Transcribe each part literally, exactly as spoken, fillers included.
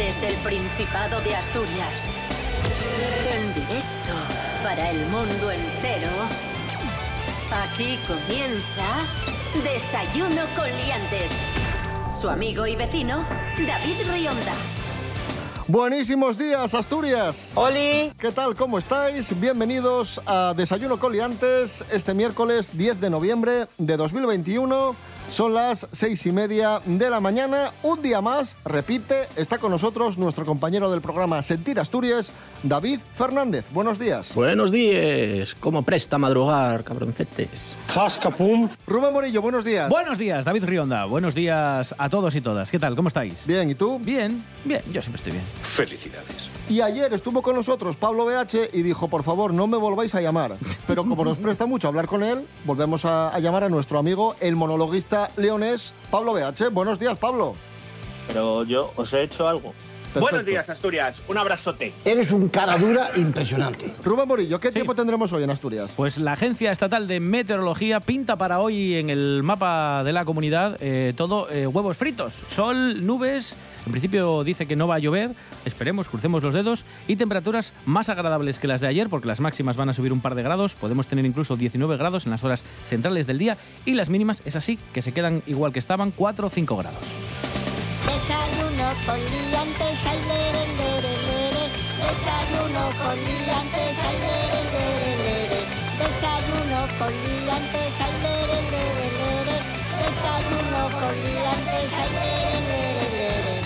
Desde el Principado de Asturias, en directo para el mundo entero, aquí comienza Desayuno con Liantes. Su amigo y vecino, David Rionda. Buenísimos días, Asturias. ¡Holi! ¿Qué tal? ¿Cómo estáis? Bienvenidos a Desayuno con Liantes, este miércoles diez de noviembre de dos mil veintiuno. Son las seis y media de la mañana. Un día más, repite, está con nosotros nuestro compañero del programa Sentir Asturias, David Fernández. Buenos días. Buenos días. ¿Cómo presta madrugar, cabroncetes? ¡Zascapum! Rubén Morillo, buenos días. Buenos días, David Rionda. Buenos días a todos y todas. ¿Qué tal? ¿Cómo estáis? Bien, ¿y tú? Bien, bien. Yo siempre estoy bien. Felicidades. Y ayer estuvo con nosotros Pablo B H y dijo, por favor, no me volváis a llamar. Pero como nos presta mucho hablar con él, volvemos a, a llamar a nuestro amigo, el monologuista leonés, Pablo B H. Buenos días, Pablo. Pero yo os he hecho algo. Perfecto. Buenos días, Asturias. Un abrazote. Eres un cara dura impresionante. Rubén Morillo, ¿qué tiempo tendremos hoy en Asturias? Pues la Agencia Estatal de Meteorología pinta para hoy en el mapa de la comunidad eh, todo eh, huevos fritos. Sol, nubes, en principio dice que no va a llover, esperemos, crucemos los dedos, y temperaturas más agradables que las de ayer, porque las máximas van a subir un par de grados, podemos tener incluso diecinueve grados en las horas centrales del día, y las mínimas, es así, que se quedan igual que estaban, cuatro o cinco grados. Desayuno con liantes, ay, lere, lere, lere. Desayuno con liantes, ay, lere, lere, lere. Desayuno con liantes, ay, lere, lere, lere. Desayuno con liantes, ay, lere, lere, lere.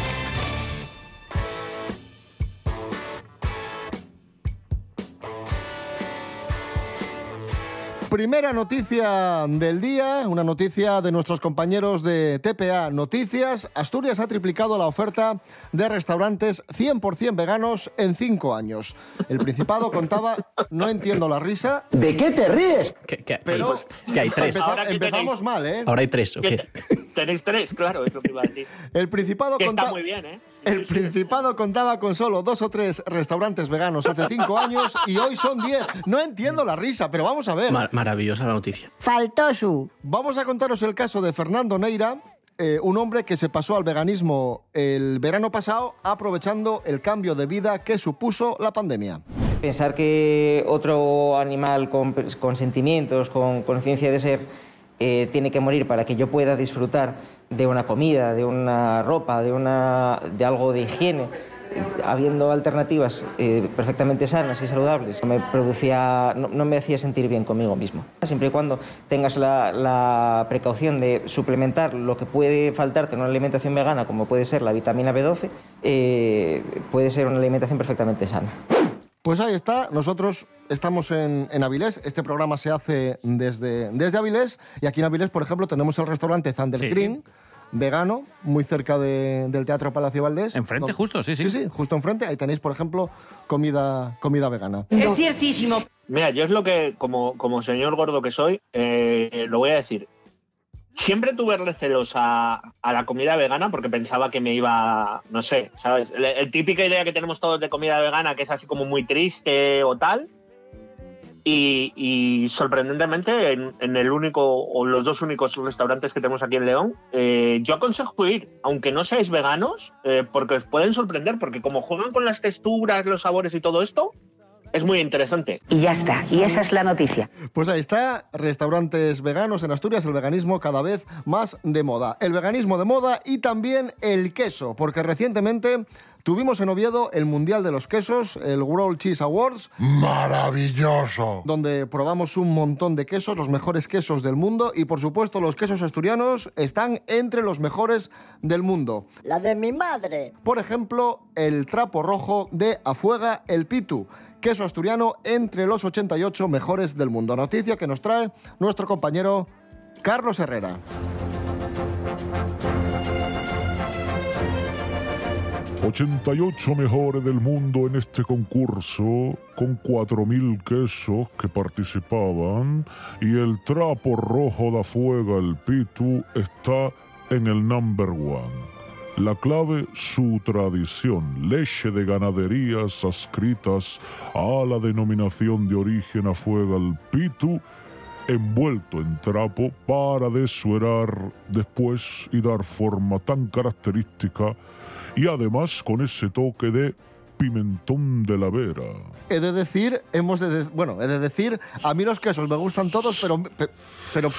Primera noticia del día, una noticia de nuestros compañeros de T P A Noticias. Asturias ha triplicado la oferta de restaurantes cien por ciento veganos en cinco años. El Principado contaba, no entiendo la risa. ¿De qué te ríes? ¿Qué, qué- Pero que hay tres. empeza- Ahora que empezamos tenéis- mal, ¿eh? Ahora hay tres, ¿o qué? Tenéis tres, claro, es lo que iba a decir. El Principado Que conta- está muy bien, ¿eh? El Principado contaba con solo dos o tres restaurantes veganos hace cinco años y hoy son diez. No entiendo la risa, pero vamos a ver. Mar- maravillosa la noticia. Faltó su. Vamos a contaros el caso de Fernando Neira, eh, un hombre que se pasó al veganismo el verano pasado aprovechando el cambio de vida que supuso la pandemia. Pensar que otro animal con, con sentimientos, con conciencia de ser, eh, tiene que morir para que yo pueda disfrutar de una comida, de una ropa, de, una, de algo de higiene, habiendo alternativas eh, perfectamente sanas y saludables, me producía, no, no me hacía sentir bien conmigo mismo. Siempre y cuando tengas la, la precaución de suplementar lo que puede faltarte en una alimentación vegana, como puede ser la vitamina B doce, eh, puede ser una alimentación perfectamente sana. Pues ahí está, nosotros estamos en, en Avilés, este programa se hace desde, desde Avilés y aquí en Avilés, por ejemplo, tenemos el restaurante Thunders Sí. Green, vegano, muy cerca de- del Teatro Palacio Valdés. Enfrente, Donde- justo, sí, sí. Sí, sí, justo enfrente, ahí tenéis, por ejemplo, comida, comida vegana. Es ciertísimo. Mira, yo es lo que, como, como señor gordo que soy, eh, lo voy a decir. Siempre tuve recelos a, a la comida vegana porque pensaba que me iba, no sé, ¿sabes? El, el típica idea que tenemos todos de comida vegana, que es así como muy triste o tal. Y, y sorprendentemente, en, en el único o los dos únicos restaurantes que tenemos aquí en León, eh, yo aconsejo ir, aunque no seáis veganos, eh, porque os pueden sorprender, porque como juegan con las texturas, los sabores y todo esto, es muy interesante. Y ya está, y esa es la noticia. Pues ahí está, restaurantes veganos en Asturias, el veganismo cada vez más de moda. El veganismo de moda y también el queso, porque recientemente tuvimos en Oviedo el Mundial de los Quesos, el World Cheese Awards, ¡Maravilloso! donde probamos un montón de quesos, los mejores quesos del mundo, y por supuesto los quesos asturianos están entre los mejores del mundo. La de mi madre. Por ejemplo, el trapo rojo de Afuega el Pitu, queso asturiano entre los ochenta y ocho mejores del mundo. Noticia que nos trae nuestro compañero Carlos Herrera. ochenta y ocho mejores del mundo en este concurso, con cuatro mil quesos que participaban, y el trapo rojo de Afuega el Pitu está en el number one. La clave, su tradición, leche de ganaderías adscritas a la denominación de origen Afuega el Pitu, envuelto en trapo para desuerar después y dar forma tan característica y además con ese toque de pimentón de la Vera. He de decir, hemos de, de bueno, he de decir, a mí los quesos me gustan todos, pero pe- pero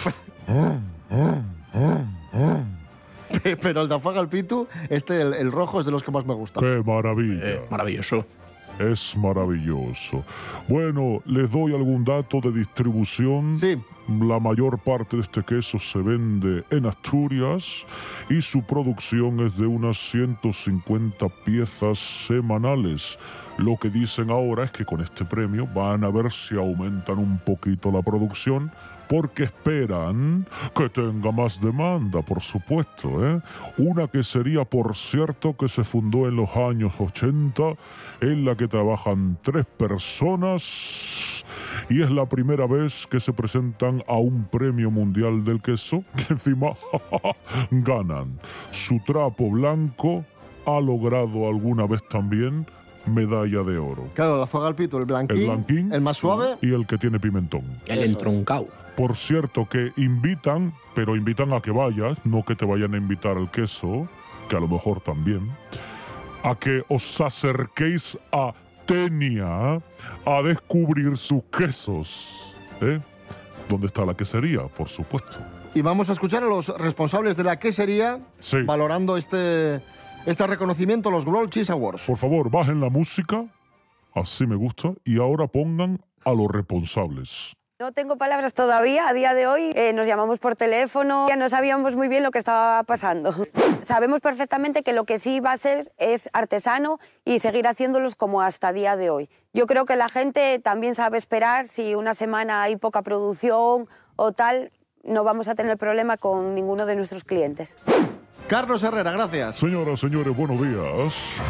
pe- pero el de Afaga el Pitu, este el, el rojo es de los que más me gusta. ¡Qué maravilla! Eh, maravilloso. Es maravilloso. Bueno, les doy algún dato de distribución. Sí. La mayor parte de este queso se vende en Asturias y su producción es de unas ciento cincuenta piezas semanales. Lo que dicen ahora es que con este premio van a ver si aumentan un poquito la producción, porque esperan que tenga más demanda, por supuesto, ¿eh? Una quesería, por cierto, que se fundó en los años ochenta, en la que trabajan tres personas, y es la primera vez que se presentan a un premio mundial del queso, que encima ganan. Su trapo blanco ha logrado alguna vez también medalla de oro. Claro, el Afaga el Pitu, el blanquín, El blanquín el más suave. y el que tiene pimentón. El entroncao. Por cierto, que invitan, pero invitan a que vayas, no que te vayan a invitar al queso, que a lo mejor también, a que os acerquéis a Tenia a descubrir sus quesos. ¿Eh? ¿Dónde está la quesería? Por supuesto. Y vamos a escuchar a los responsables de la quesería Sí. valorando este, este reconocimiento, los World Cheese Awards. Por favor, bajen la música, así me gusta, y ahora pongan a los responsables. No tengo palabras todavía. A día de hoy eh, nos llamamos por teléfono, ya no sabíamos muy bien lo que estaba pasando. Sabemos perfectamente que lo que sí va a ser es artesano y seguir haciéndolos como hasta día de hoy. Yo creo que la gente también sabe esperar. Si una semana hay poca producción o tal, no vamos a tener problema con ninguno de nuestros clientes. Carlos Herrera, gracias. Señoras, señores, buenos días.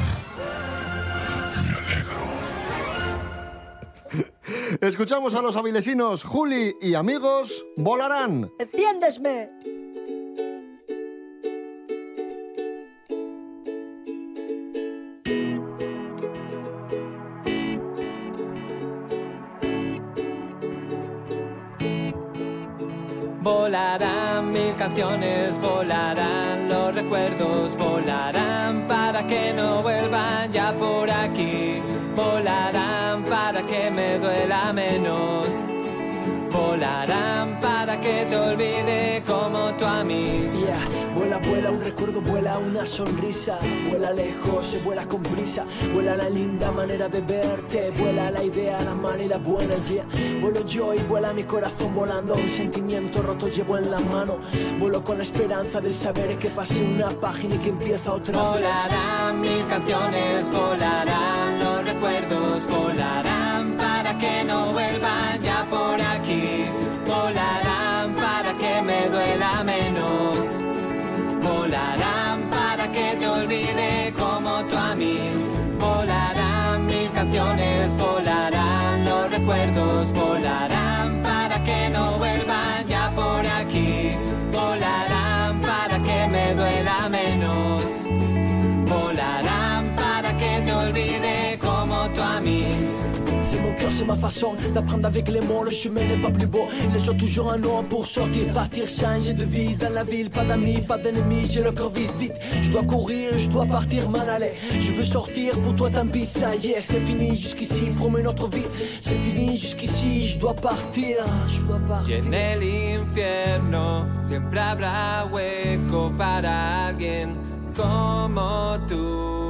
Escuchamos a los avilesinos Juli y amigos Volarán. ¡Entiéndesme! Volarán mil canciones, volarán los recuerdos, volarán para que no vuelvan ya por aquí. Volarán para que me duela menos. Volarán para que te olvide como tú a mí. Yeah. Vuela, vuela un recuerdo, vuela una sonrisa. Vuela lejos, se vuela con prisa. Vuela la linda manera de verte. Vuela la idea, la mala y la buena, yeah. Vuelo yo y vuela mi corazón volando. Un sentimiento roto llevo en la mano. Vuelo con la esperanza del saber que pase una página y que empieza otra. Volarán mil canciones, volarán los recuerdos, volarán para que no vuelvan ya por aquí. Volarán para que me duela menos. Volarán para que te olvide como tú a mí. Volarán mil canciones, volarán los recuerdos, volarán para que no vuelvan ya por aquí. Volarán para que me duela menos. Volarán para que te olvide como tú a mí. C'est mon cœur, c'est ma façon d'apprendre avec les mots. Le chemin n'est pas plus beau. Il laisse toujours un nom pour sortir, partir, changer de vie. Dans la ville, pas d'amis, pas d'ennemis. J'ai le cœur vite, vite. Je dois courir, je dois partir, m'en aller. Je veux sortir, pour toi tant pis, ça y est. C'est fini jusqu'ici, promet notre vie. C'est fini jusqu'ici, je dois partir, je dois partir. Y en el infierno siempre habrá hueco para alguien como tú.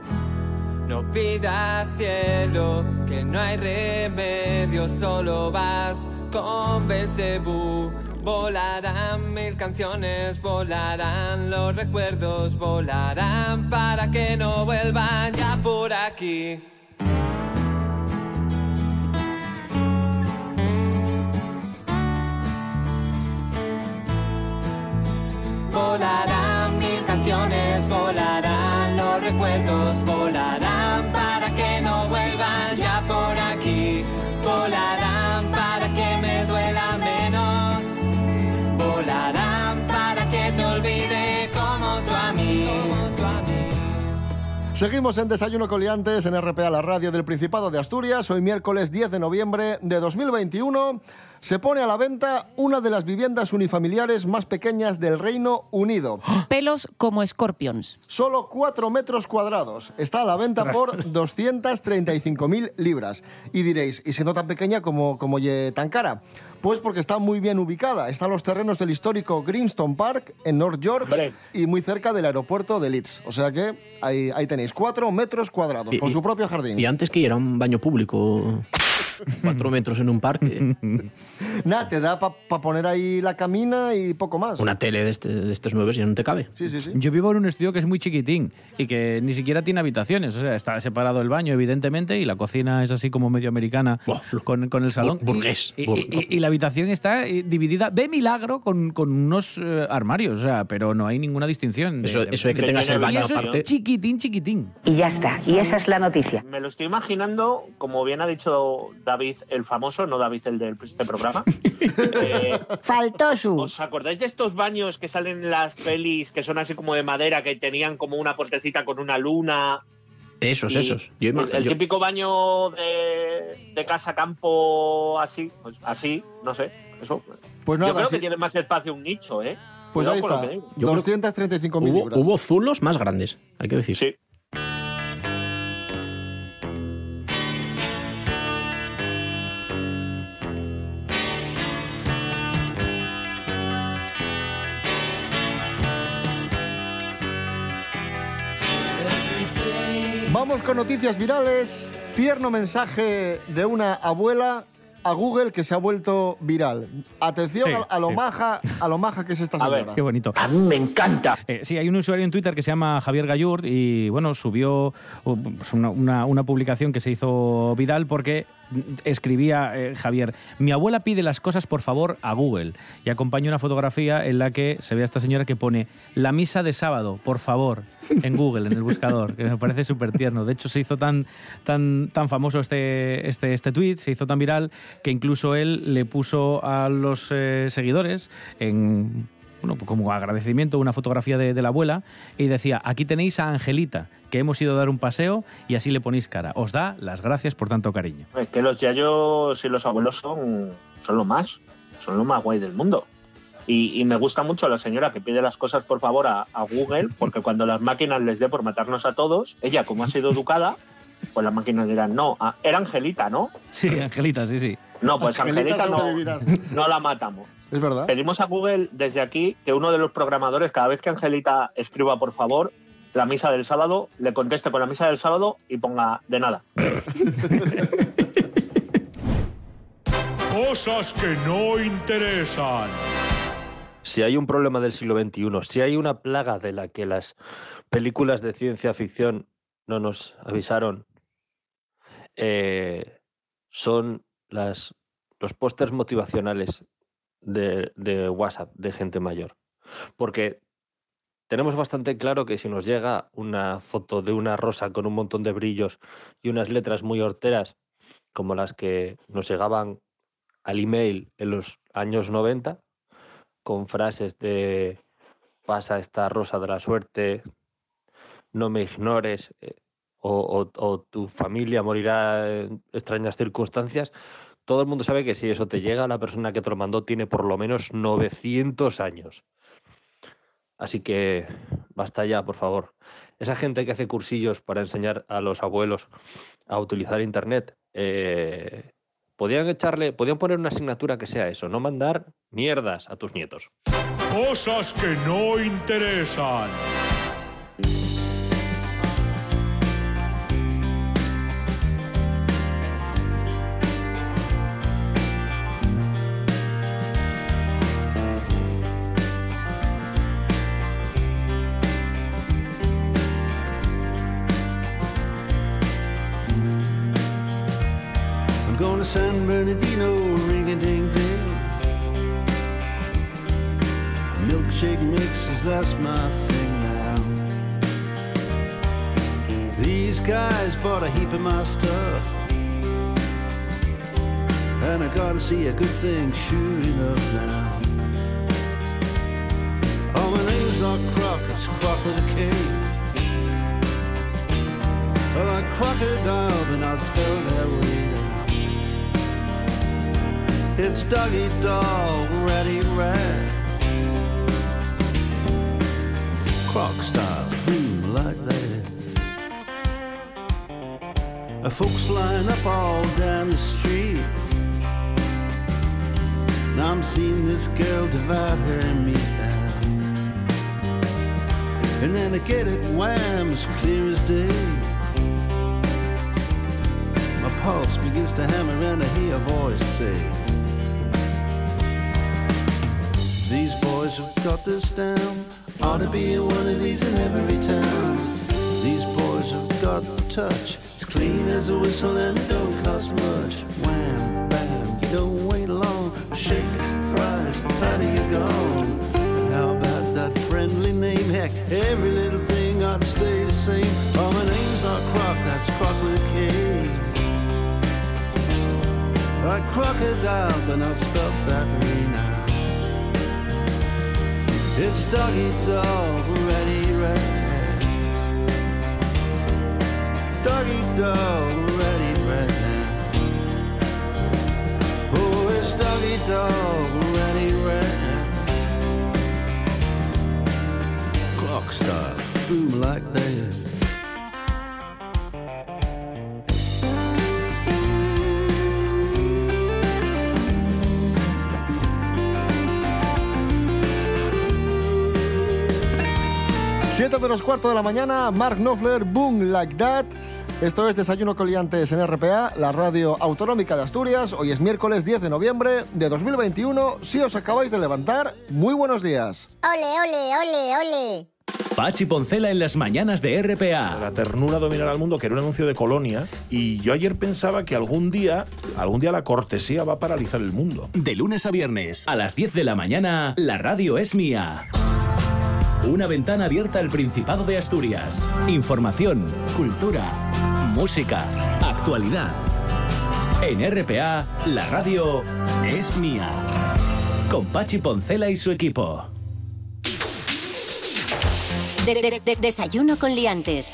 No pidas cielo, que no hay remedio, solo vas con Belcebú. Volarán mil canciones, volarán los recuerdos, volarán para que no vuelvan ya por aquí. Volarán mil canciones, volarán los recuerdos, volarán para que no vuelvan ya por aquí. Volarán para que me duela menos. Volarán para que te olvide como tú a mí. Como tú a mí. Seguimos en Desayuno con Liantes en R P A, la radio del Principado de Asturias. Hoy miércoles diez de noviembre de dos mil veintiuno. Se pone a la venta una de las viviendas unifamiliares más pequeñas del Reino Unido. Pelos como Scorpions. Solo cuatro metros cuadrados. Está a la venta por doscientas treinta y cinco mil libras. Y diréis, ¿y siendo tan pequeña como, como ye tan cara? Pues porque está muy bien ubicada. Está en los terrenos del histórico Greenstone Park, en North York, Hombre. y muy cerca del aeropuerto de Leeds. O sea que ahí, ahí tenéis, cuatro metros cuadrados, y, con su propio jardín. Y antes que era un baño público, cuatro metros en un parque. Nada, te da para pa poner ahí la camina y poco más. Una tele de, este, de estos nuevos y no te cabe. Sí, sí, sí. Yo vivo en un estudio que es muy chiquitín y que ni siquiera tiene habitaciones. O sea, está separado el baño, evidentemente, y la cocina es así como medio americana oh, con, con el salón. Burgués. Y, y, y, y la habitación está dividida de milagro con, con unos eh, armarios, o sea, pero no hay ninguna distinción. De, eso, eso de que tengas el baño eso aparte. Es chiquitín, chiquitín. Y ya está. Y esa es la noticia. Me lo estoy imaginando, como bien ha dicho David el famoso, no David el del este programa. eh, Faltó su. ¿Os acordáis de estos baños que salen en las pelis que son así como de madera, que tenían como una puertecita con una luna? Esos, esos. Yo el, el yo... típico baño de, de casa campo así, pues así, no sé, eso. Pues nada, yo creo sí. que tiene más espacio un nicho, ¿eh? Pues Cuidado ahí está, doscientas treinta y cinco mil libras. Hubo zulos más grandes, hay que decir. Sí. Vamos con noticias virales. Tierno mensaje de una abuela a Google que se ha vuelto viral. Atención sí, a, a, lo sí. maja, a lo maja que es esta señora. A ver, qué bonito. A mí me encanta. Eh, sí, hay un usuario en Twitter que se llama Javier Gallurt y, bueno, subió pues, una, una, una publicación que se hizo viral porque escribía eh, Javier: mi abuela pide las cosas por favor a Google, y acompaña una fotografía en la que se ve a esta señora que pone la misa de sábado, por favor, en Google, en el buscador, que me parece súper tierno. De hecho, se hizo tan, tan, tan famoso este, este, este tweet, se hizo tan viral, que incluso él le puso a los eh, seguidores en... bueno, pues como agradecimiento, una fotografía de, de la abuela, y decía: aquí tenéis a Angelita, que hemos ido a dar un paseo y así le ponéis cara. Os da las gracias por tanto cariño. Es que los yayos y los abuelos son, son lo más, son lo más guay del mundo. Y, y me gusta mucho la señora que pide las cosas por favor a, a Google, porque cuando las máquinas les dé por matarnos a todos, ella, como ha sido educada, pues las máquinas dirán, no, era Angelita, ¿no? Sí, Angelita, sí, sí. No, pues Angelita, Angelita no, no la matamos. Es verdad. Pedimos a Google desde aquí que uno de los programadores, cada vez que Angelita escriba por favor la misa del sábado, le conteste con la misa del sábado y ponga de nada. Cosas que no interesan. Si hay un problema del siglo veintiuno, si hay una plaga de la que las películas de ciencia ficción no nos avisaron, eh, son las, los pósters motivacionales de, de WhatsApp de gente mayor. Porque tenemos bastante claro que si nos llega una foto de una rosa con un montón de brillos y unas letras muy horteras, como las que nos llegaban al email en los años noventa, con frases de pasa esta rosa de la suerte, no me ignores, eh, o, o, o tu familia morirá en extrañas circunstancias, todo el mundo sabe que si eso te llega, la persona que te lo mandó tiene por lo menos novecientos años. Así que basta ya, por favor. Esa gente que hace cursillos para enseñar a los abuelos a utilizar Internet, eh, podían echarle, podían poner una asignatura que sea eso, no mandar mierdas a tus nietos. Cosas que no interesan. Gonna San Bernardino, ring-a-ding-ding. Milkshake mixes, that's my thing now. These guys bought a heap of my stuff, and I gotta see a good thing sure enough now. Oh, my name's not Croc, it's Croc with a K. Well, like crocodile, but not spelled that way. It's doggy dog, ready rat. Croc style, boom like that. A folks line up all down the street. Now I'm seeing this girl divide her meat down. And then I get it wham, as clear as day. My pulse begins to hammer and I hear a voice say, these boys have got this down. Ought to be one of these in every town. These boys have got the touch. It's clean as a whistle and it don't cost much. Wham, bam, you don't wait long. Shake, fries, how do you go? And how about that friendly name? Heck, every little thing ought to stay the same. Oh, my name's not Croc, that's Croc with a K. Like crocodile, but not spelt that way now. It's doggy dog, ready rat. Doggy dog, ready rat. Oh, it's doggy dog, ready rat. Clock style, boom like that. siete menos cuarto de la mañana, Mark Knopfler, Boom Like That. Esto es Desayuno con Liantes en R P A, la radio autonómica de Asturias. Hoy es miércoles diez de noviembre de dos mil veintiuno. Si os acabáis de levantar, muy buenos días. Ole, ole, ole, ole. Pachi Poncela en las mañanas de R P A. La ternura dominará al mundo, que era un anuncio de Colonia, y yo ayer pensaba que algún día, algún día la cortesía va a paralizar el mundo. De lunes a viernes, a las diez de la mañana, la radio es mía. Una ventana abierta al Principado de Asturias. Información, cultura, música, actualidad. En R P A, la radio es mía. Con Pachi Poncela y su equipo. De, de, de, desayuno con liantes.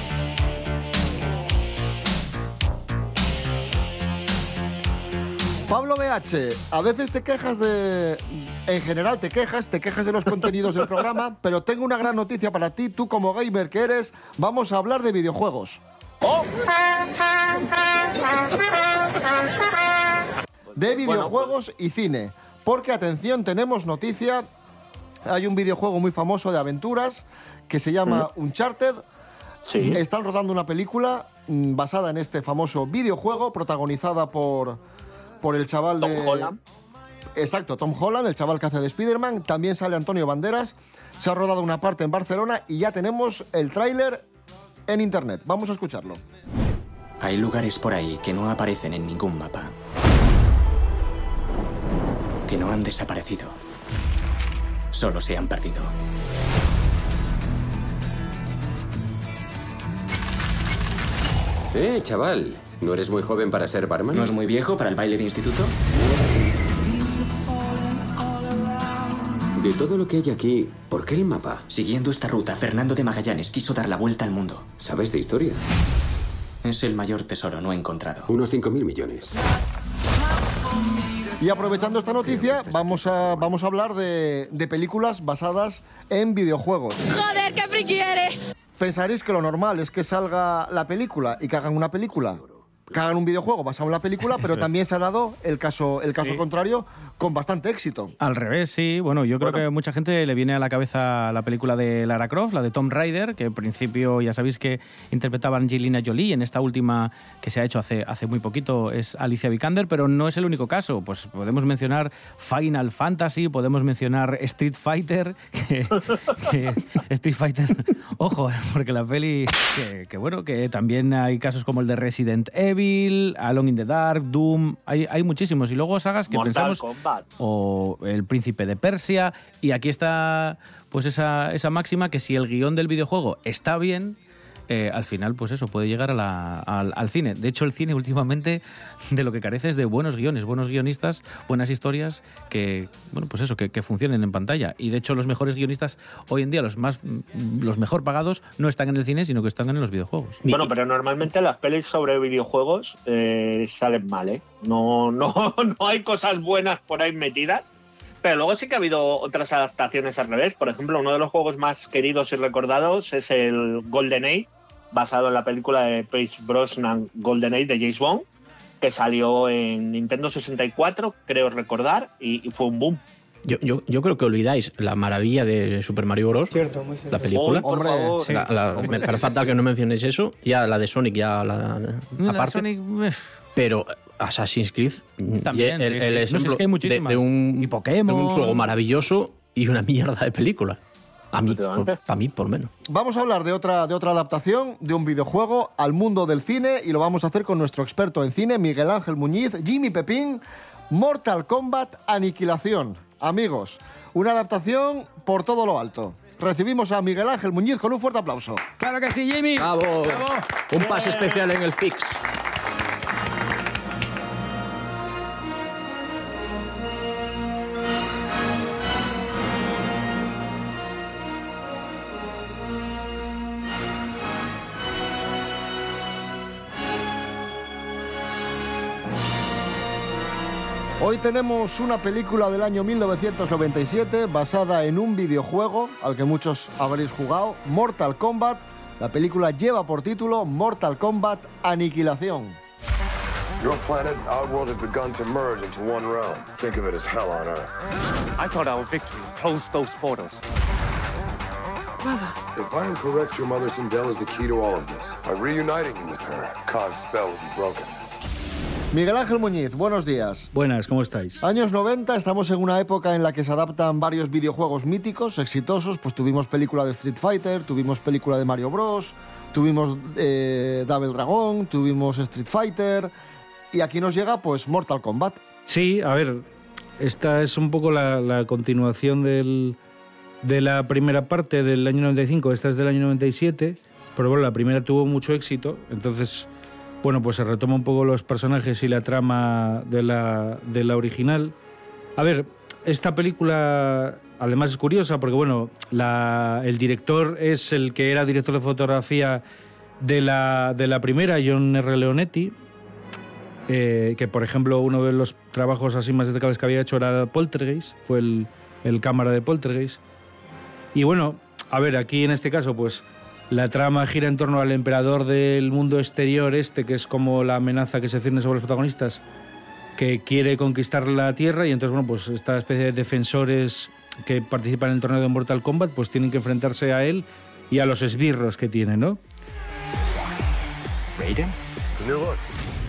Pablo B H, a veces te quejas de... En general te quejas, te quejas de los contenidos del programa, pero tengo una gran noticia para ti, tú como gamer que eres, vamos a hablar de videojuegos. ¡Oh! De videojuegos y cine. Porque, atención, tenemos noticia. Hay un videojuego muy famoso de aventuras que se llama ¿Mm? Uncharted. Sí. Están rodando una película mmm, basada en este famoso videojuego, protagonizada por, por el chaval Tom de... Holland. Exacto, Tom Holland, el chaval que hace de Spider-Man. También sale Antonio Banderas. Se ha rodado una parte en Barcelona y ya tenemos el tráiler en internet. Vamos a escucharlo. Hay lugares por ahí que no aparecen en ningún mapa. Que no han desaparecido. Solo se han perdido. Eh, chaval, ¿no eres muy joven para ser barman? ¿No es muy viejo para el baile de instituto? De todo lo que hay aquí, ¿por qué el mapa? Siguiendo esta ruta, Fernando de Magallanes quiso dar la vuelta al mundo. ¿Sabes de historia? Es el mayor tesoro no encontrado. Unos cinco mil millones. Y aprovechando esta noticia, vamos a, vamos a hablar de, de películas basadas en videojuegos. ¡Joder, qué friki eres! Pensaréis que lo normal es que salga la película y que hagan una película, que hagan un videojuego basado en la película, pero también se ha dado el caso, el caso sí. contrario con bastante éxito. Al revés, sí. Bueno, yo creo bueno. que mucha gente le viene a la cabeza la película de Lara Croft, la de Tomb Raider, que en principio ya sabéis que interpretaba Angelina Jolie. En esta última que se ha hecho hace, hace muy poquito es Alicia Vikander, pero no es el único caso. Pues podemos mencionar Final Fantasy, podemos mencionar Street Fighter. Que, que Street Fighter, ojo, porque la peli, que, que bueno, que también hay casos como el de Resident Evil, Alone in the Dark, Doom, hay, hay muchísimos. Y luego sagas que Mortal pensamos... Kombat. O El Príncipe de Persia. Y aquí está pues esa, esa máxima que si el guión del videojuego está bien, eh, al final, pues eso, puede llegar a la, al, al cine. De hecho, el cine últimamente de lo que carece es de buenos guiones, buenos guionistas, buenas historias que, bueno, pues eso, que, que funcionen en pantalla. Y de hecho, los mejores guionistas hoy en día, los más, los mejor pagados, no están en el cine, sino que están en los videojuegos. Bueno, pero normalmente las pelis sobre videojuegos eh, salen mal, ¿eh? No, no, no hay cosas buenas por ahí metidas. Pero luego sí que ha habido otras adaptaciones al revés. Por ejemplo, uno de los juegos más queridos y recordados es el GoldenEye, basado en la película de Pierce Brosnan, GoldenEye de James Bond, que salió en Nintendo sesenta y cuatro, creo recordar, y, y fue un boom. Yo, yo, yo creo que olvidáis la maravilla de Super Mario Bros. Cierto, muy cierto. La película. Oh, por favor. Sí. La, la, me parece fatal que no mencionéis eso. Ya la de Sonic, ya la, la aparte. Sonic... Pero Assassin's Creed también, el, sí, el sí. ejemplo No, es que hay muchísimas. de, de, un, y Pokémon. de un juego maravilloso y una mierda de película. A mí, por, a mí, por menos. Vamos a hablar de otra, de otra adaptación de un videojuego al mundo del cine y lo vamos a hacer con nuestro experto en cine, Miguel Ángel Muñiz, Jimmy Pepín, Mortal Kombat Aniquilación. Amigos, una adaptación por todo lo alto. Recibimos a Miguel Ángel Muñiz con un fuerte aplauso. ¡Claro que sí, Jimmy! ¡Bravo! ¡Bravo! Un pase especial en el Fix. Hoy tenemos una película del año mil novecientos noventa y siete basada en un videojuego al que muchos habréis jugado, Mortal Kombat. La película lleva por título Mortal Kombat Aniquilación. Your planet and Outworld have begun to merge into one realm. Think of it as hell on Earth. I thought our victory closed those portals. Mother. If I am correct, your mother Sindel is the key to all of this. By reuniting you with her, Khan's spell will be broken. Miguel Ángel Muñiz, buenos días. Buenas, ¿cómo estáis? Años noventa, estamos en una época en la que se adaptan varios videojuegos míticos, exitosos. Pues tuvimos película de Street Fighter, tuvimos película de Mario Bros, tuvimos eh, Double Dragon, tuvimos Street Fighter y aquí nos llega pues Mortal Kombat. Sí, a ver, esta es un poco la, la continuación del, de la primera parte del año noventa y cinco, esta es del año noventa y siete, pero bueno, la primera tuvo mucho éxito, entonces... Bueno, pues se retoma un poco los personajes y la trama de la, de la original. A ver, esta película además es curiosa porque, bueno, la, el director es el que era director de fotografía de la, de la primera, John R. Leonetti, eh, que, por ejemplo, uno de los trabajos así más destacables que había hecho era Poltergeist, fue el, el cámara de Poltergeist. Y bueno, a ver, aquí en este caso, pues... La trama gira en torno al emperador del mundo exterior este, que es como la amenaza que se cierne sobre los protagonistas, que quiere conquistar la Tierra y entonces, bueno, pues esta especie de defensores que participan en el torneo de Mortal Kombat pues tienen que enfrentarse a él y a los esbirros que tiene, ¿no? Raiden? It's a new look.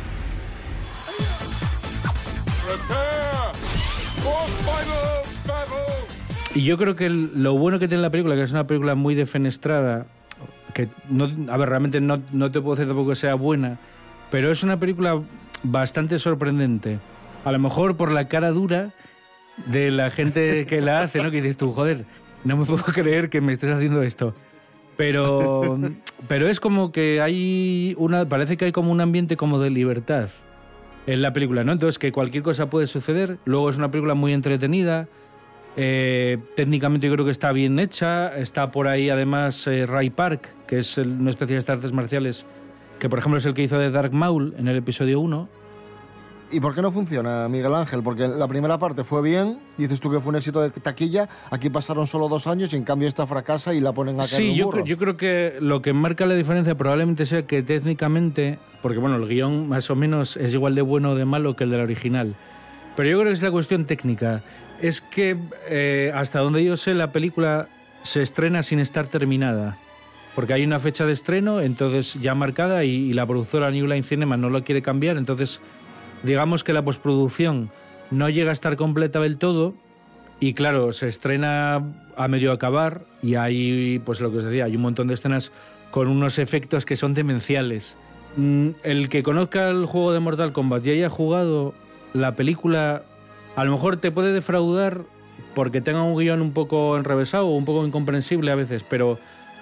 Y yo creo que el, lo bueno que tiene la película, que es una película muy defenestrada, que no, a ver, realmente no, no te puedo decir tampoco que sea buena, pero es una película bastante sorprendente. A lo mejor por la cara dura de la gente que la hace, ¿no? Que dices tú, joder, no me puedo creer que me estés haciendo esto. Pero, pero es como que hay una, parece que hay como un ambiente como de libertad en la película, ¿no? Entonces que cualquier cosa puede suceder. Luego es una película muy entretenida. Eh, técnicamente yo creo que está bien hecha. Está por ahí además eh, Ray Park, que es el, un especialista de artes marciales, que por ejemplo es el que hizo de Darth Maul en el episodio uno. ¿Y por qué no funciona, Miguel Ángel? Porque la primera parte fue bien, dices tú que fue un éxito de taquilla, aquí pasaron solo dos años y en cambio esta fracasa y la ponen a caer Sí, un yo, burro. yo creo que lo que marca la diferencia probablemente sea que técnicamente, porque bueno, el guión más o menos es igual de bueno o de malo que el de la original, pero yo creo que es la cuestión técnica. Es que eh, hasta donde yo sé la película se estrena sin estar terminada, porque hay una fecha de estreno entonces ya marcada y, y la productora New Line Cinema no lo quiere cambiar, entonces digamos que la postproducción no llega a estar completa del todo y claro, se estrena a medio acabar y hay, pues lo que os decía, hay un montón de escenas con unos efectos que son demenciales. El que conozca el juego de Mortal Kombat y haya jugado la película, a lo mejor te puede defraudar porque tenga un guión un poco enrevesado o un poco incomprensible a veces, pero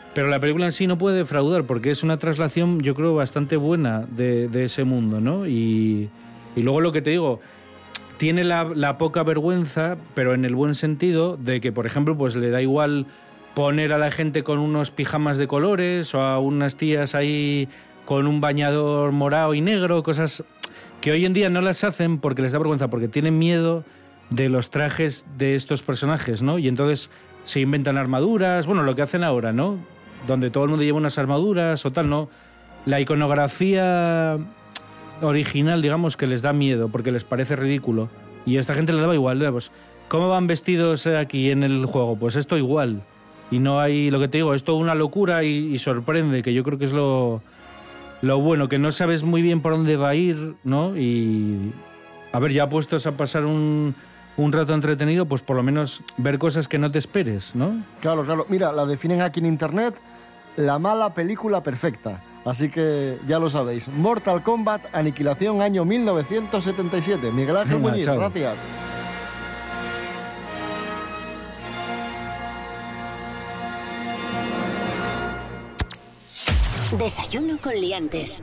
pero la película en sí no puede defraudar porque es una traslación, yo creo, bastante buena de, de ese mundo, ¿no? Y, y luego lo que te digo, tiene la, la poca vergüenza, pero en el buen sentido, de que, por ejemplo, pues le da igual poner a la gente con unos pijamas de colores o a unas tías ahí con un bañador morado y negro, cosas que hoy en día no las hacen porque les da vergüenza, porque tienen miedo de los trajes de estos personajes, ¿no? Y entonces se inventan armaduras, bueno, lo que hacen ahora, ¿no? Donde todo el mundo lleva unas armaduras o tal, ¿no? La iconografía original, digamos, que les da miedo porque les parece ridículo. Y a esta gente le daba igual, ¿no? Pues, ¿cómo van vestidos aquí en el juego? Pues esto igual. Y no hay, lo que te digo, es toda una locura y, y sorprende, que yo creo que es lo, lo bueno, que no sabes muy bien por dónde va a ir, ¿no? Y, a ver, ya puestos a pasar un, un rato entretenido, pues por lo menos ver cosas que no te esperes, ¿no? Claro, claro. Mira, la definen aquí en internet la mala película perfecta. Así que ya lo sabéis. Mortal Kombat, Aniquilación, año mil novecientos setenta y siete. Miguel Ángel Venga, Muñiz, chao. gracias. Desayuno con liantes.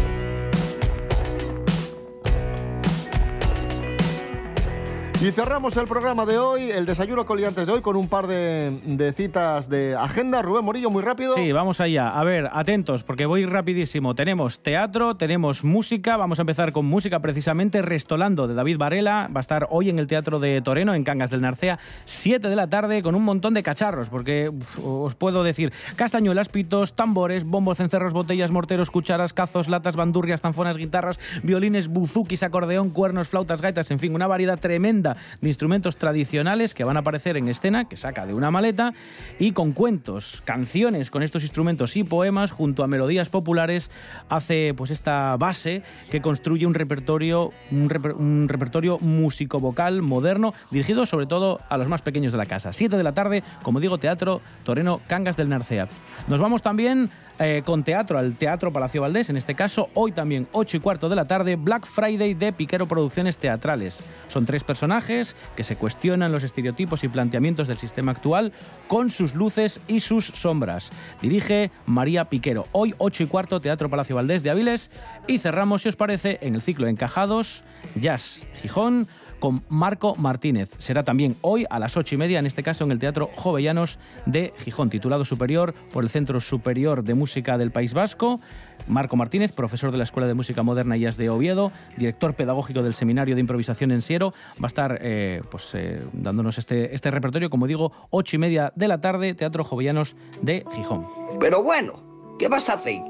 Y cerramos el programa de hoy, el desayuno con liantes de hoy, con un par de, de citas de agenda. Rubén Morillo, muy rápido. Sí, vamos allá. A ver, atentos, porque voy rapidísimo. Tenemos teatro, tenemos música. Vamos a empezar con música, precisamente Restolando, de David Varela. Va a estar hoy en el Teatro de Toreno, en Cangas del Narcea, siete de la tarde, con un montón de cacharros, porque uf, os puedo decir castañuelas, pitos, tambores, bombos, cencerros, botellas, morteros, cucharas, cazos, latas, bandurrias, zanfonas, guitarras, violines, buzukis, acordeón, cuernos, flautas, gaitas, en fin, una variedad tremenda de instrumentos tradicionales que van a aparecer en escena, que saca de una maleta, y con cuentos, canciones con estos instrumentos y poemas, junto a melodías populares, hace pues esta base que construye un repertorio, un, reper, un repertorio músico-vocal moderno, dirigido sobre todo a los más pequeños de la casa. siete de la tarde, como digo, Teatro Toreno, Cangas del Narcea. Nos vamos también eh, con teatro, al Teatro Palacio Valdés, en este caso, hoy también, ocho y cuarto de la tarde, Black Friday de Piquero Producciones Teatrales. Son tres personajes que se cuestionan los estereotipos y planteamientos del sistema actual con sus luces y sus sombras. Dirige María Piquero. Hoy, ocho y cuarto, Teatro Palacio Valdés de Avilés. Y cerramos, si os parece, en el ciclo Encajados, Jazz Gijón, con Marco Martínez. Será también hoy a las ocho y media, en este caso en el Teatro Jovellanos de Gijón, titulado superior por el Centro Superior de Música del País Vasco. Marco Martínez, profesor de la Escuela de Música Moderna y Jazz de Oviedo, director pedagógico del Seminario de Improvisación en Siero, va a estar eh, pues, eh, dándonos este, este repertorio, como digo, ocho y media de la tarde, Teatro Jovellanos de Gijón. Pero bueno, ¿qué vas a hacer?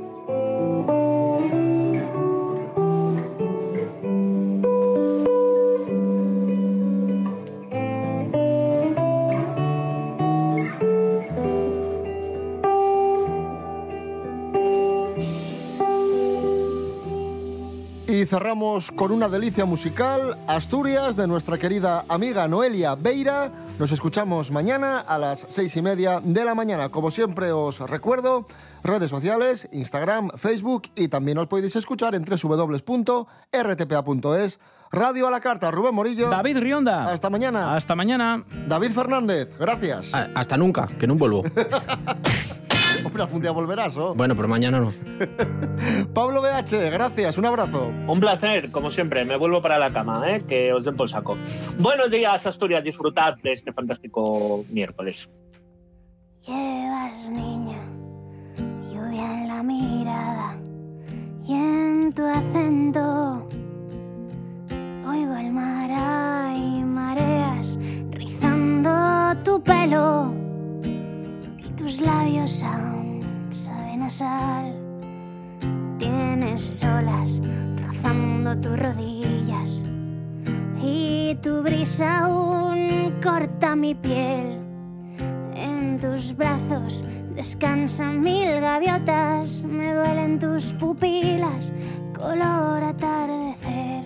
Y cerramos con una delicia musical, Asturias, de nuestra querida amiga Noelia Beira. Nos escuchamos mañana a las seis y media de la mañana. Como siempre os recuerdo, redes sociales, Instagram, Facebook, y también os podéis escuchar en doble u doble u doble u punto r t p a punto es. Radio a la carta, Rubén Morillo. David Rionda. Hasta mañana. Hasta mañana. David Fernández, gracias. Ah, hasta nunca, que no vuelvo. Hombre, algún día volverás, ¿o? Bueno, pero mañana no. Pablo B H, gracias, un abrazo. Un placer, como siempre. Me vuelvo para la cama, ¿eh? Que os den por saco. Buenos días, Asturias. Disfrutad de este fantástico miércoles. Llevas, niña, lluvia en la mirada y en tu acento. Oigo el mar, hay mareas rizando tu pelo. Tus labios aún saben a sal. Tienes olas rozando tus rodillas y tu brisa aún corta mi piel. En tus brazos descansan mil gaviotas. Me duelen tus pupilas, color atardecer.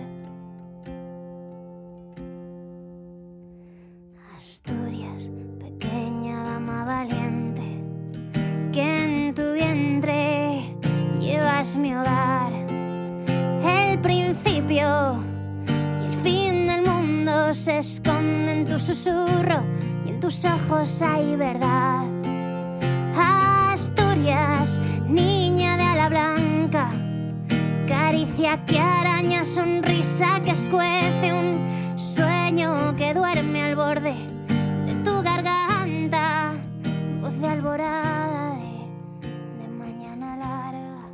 Asturias, pequeña dama valiente, que en tu vientre llevas mi hogar. El principio y el fin del mundo se esconden en tu susurro y en tus ojos hay verdad. Ah, Asturias, niña de ala blanca, caricia que araña, sonrisa que escuece, un sueño que duerme al borde de tu garganta, voz de alborada de, de mañana larga.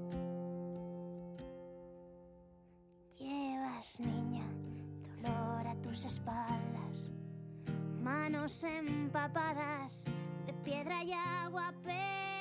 Llevas, niña, dolor a tus espaldas, manos empapadas de piedra y agua.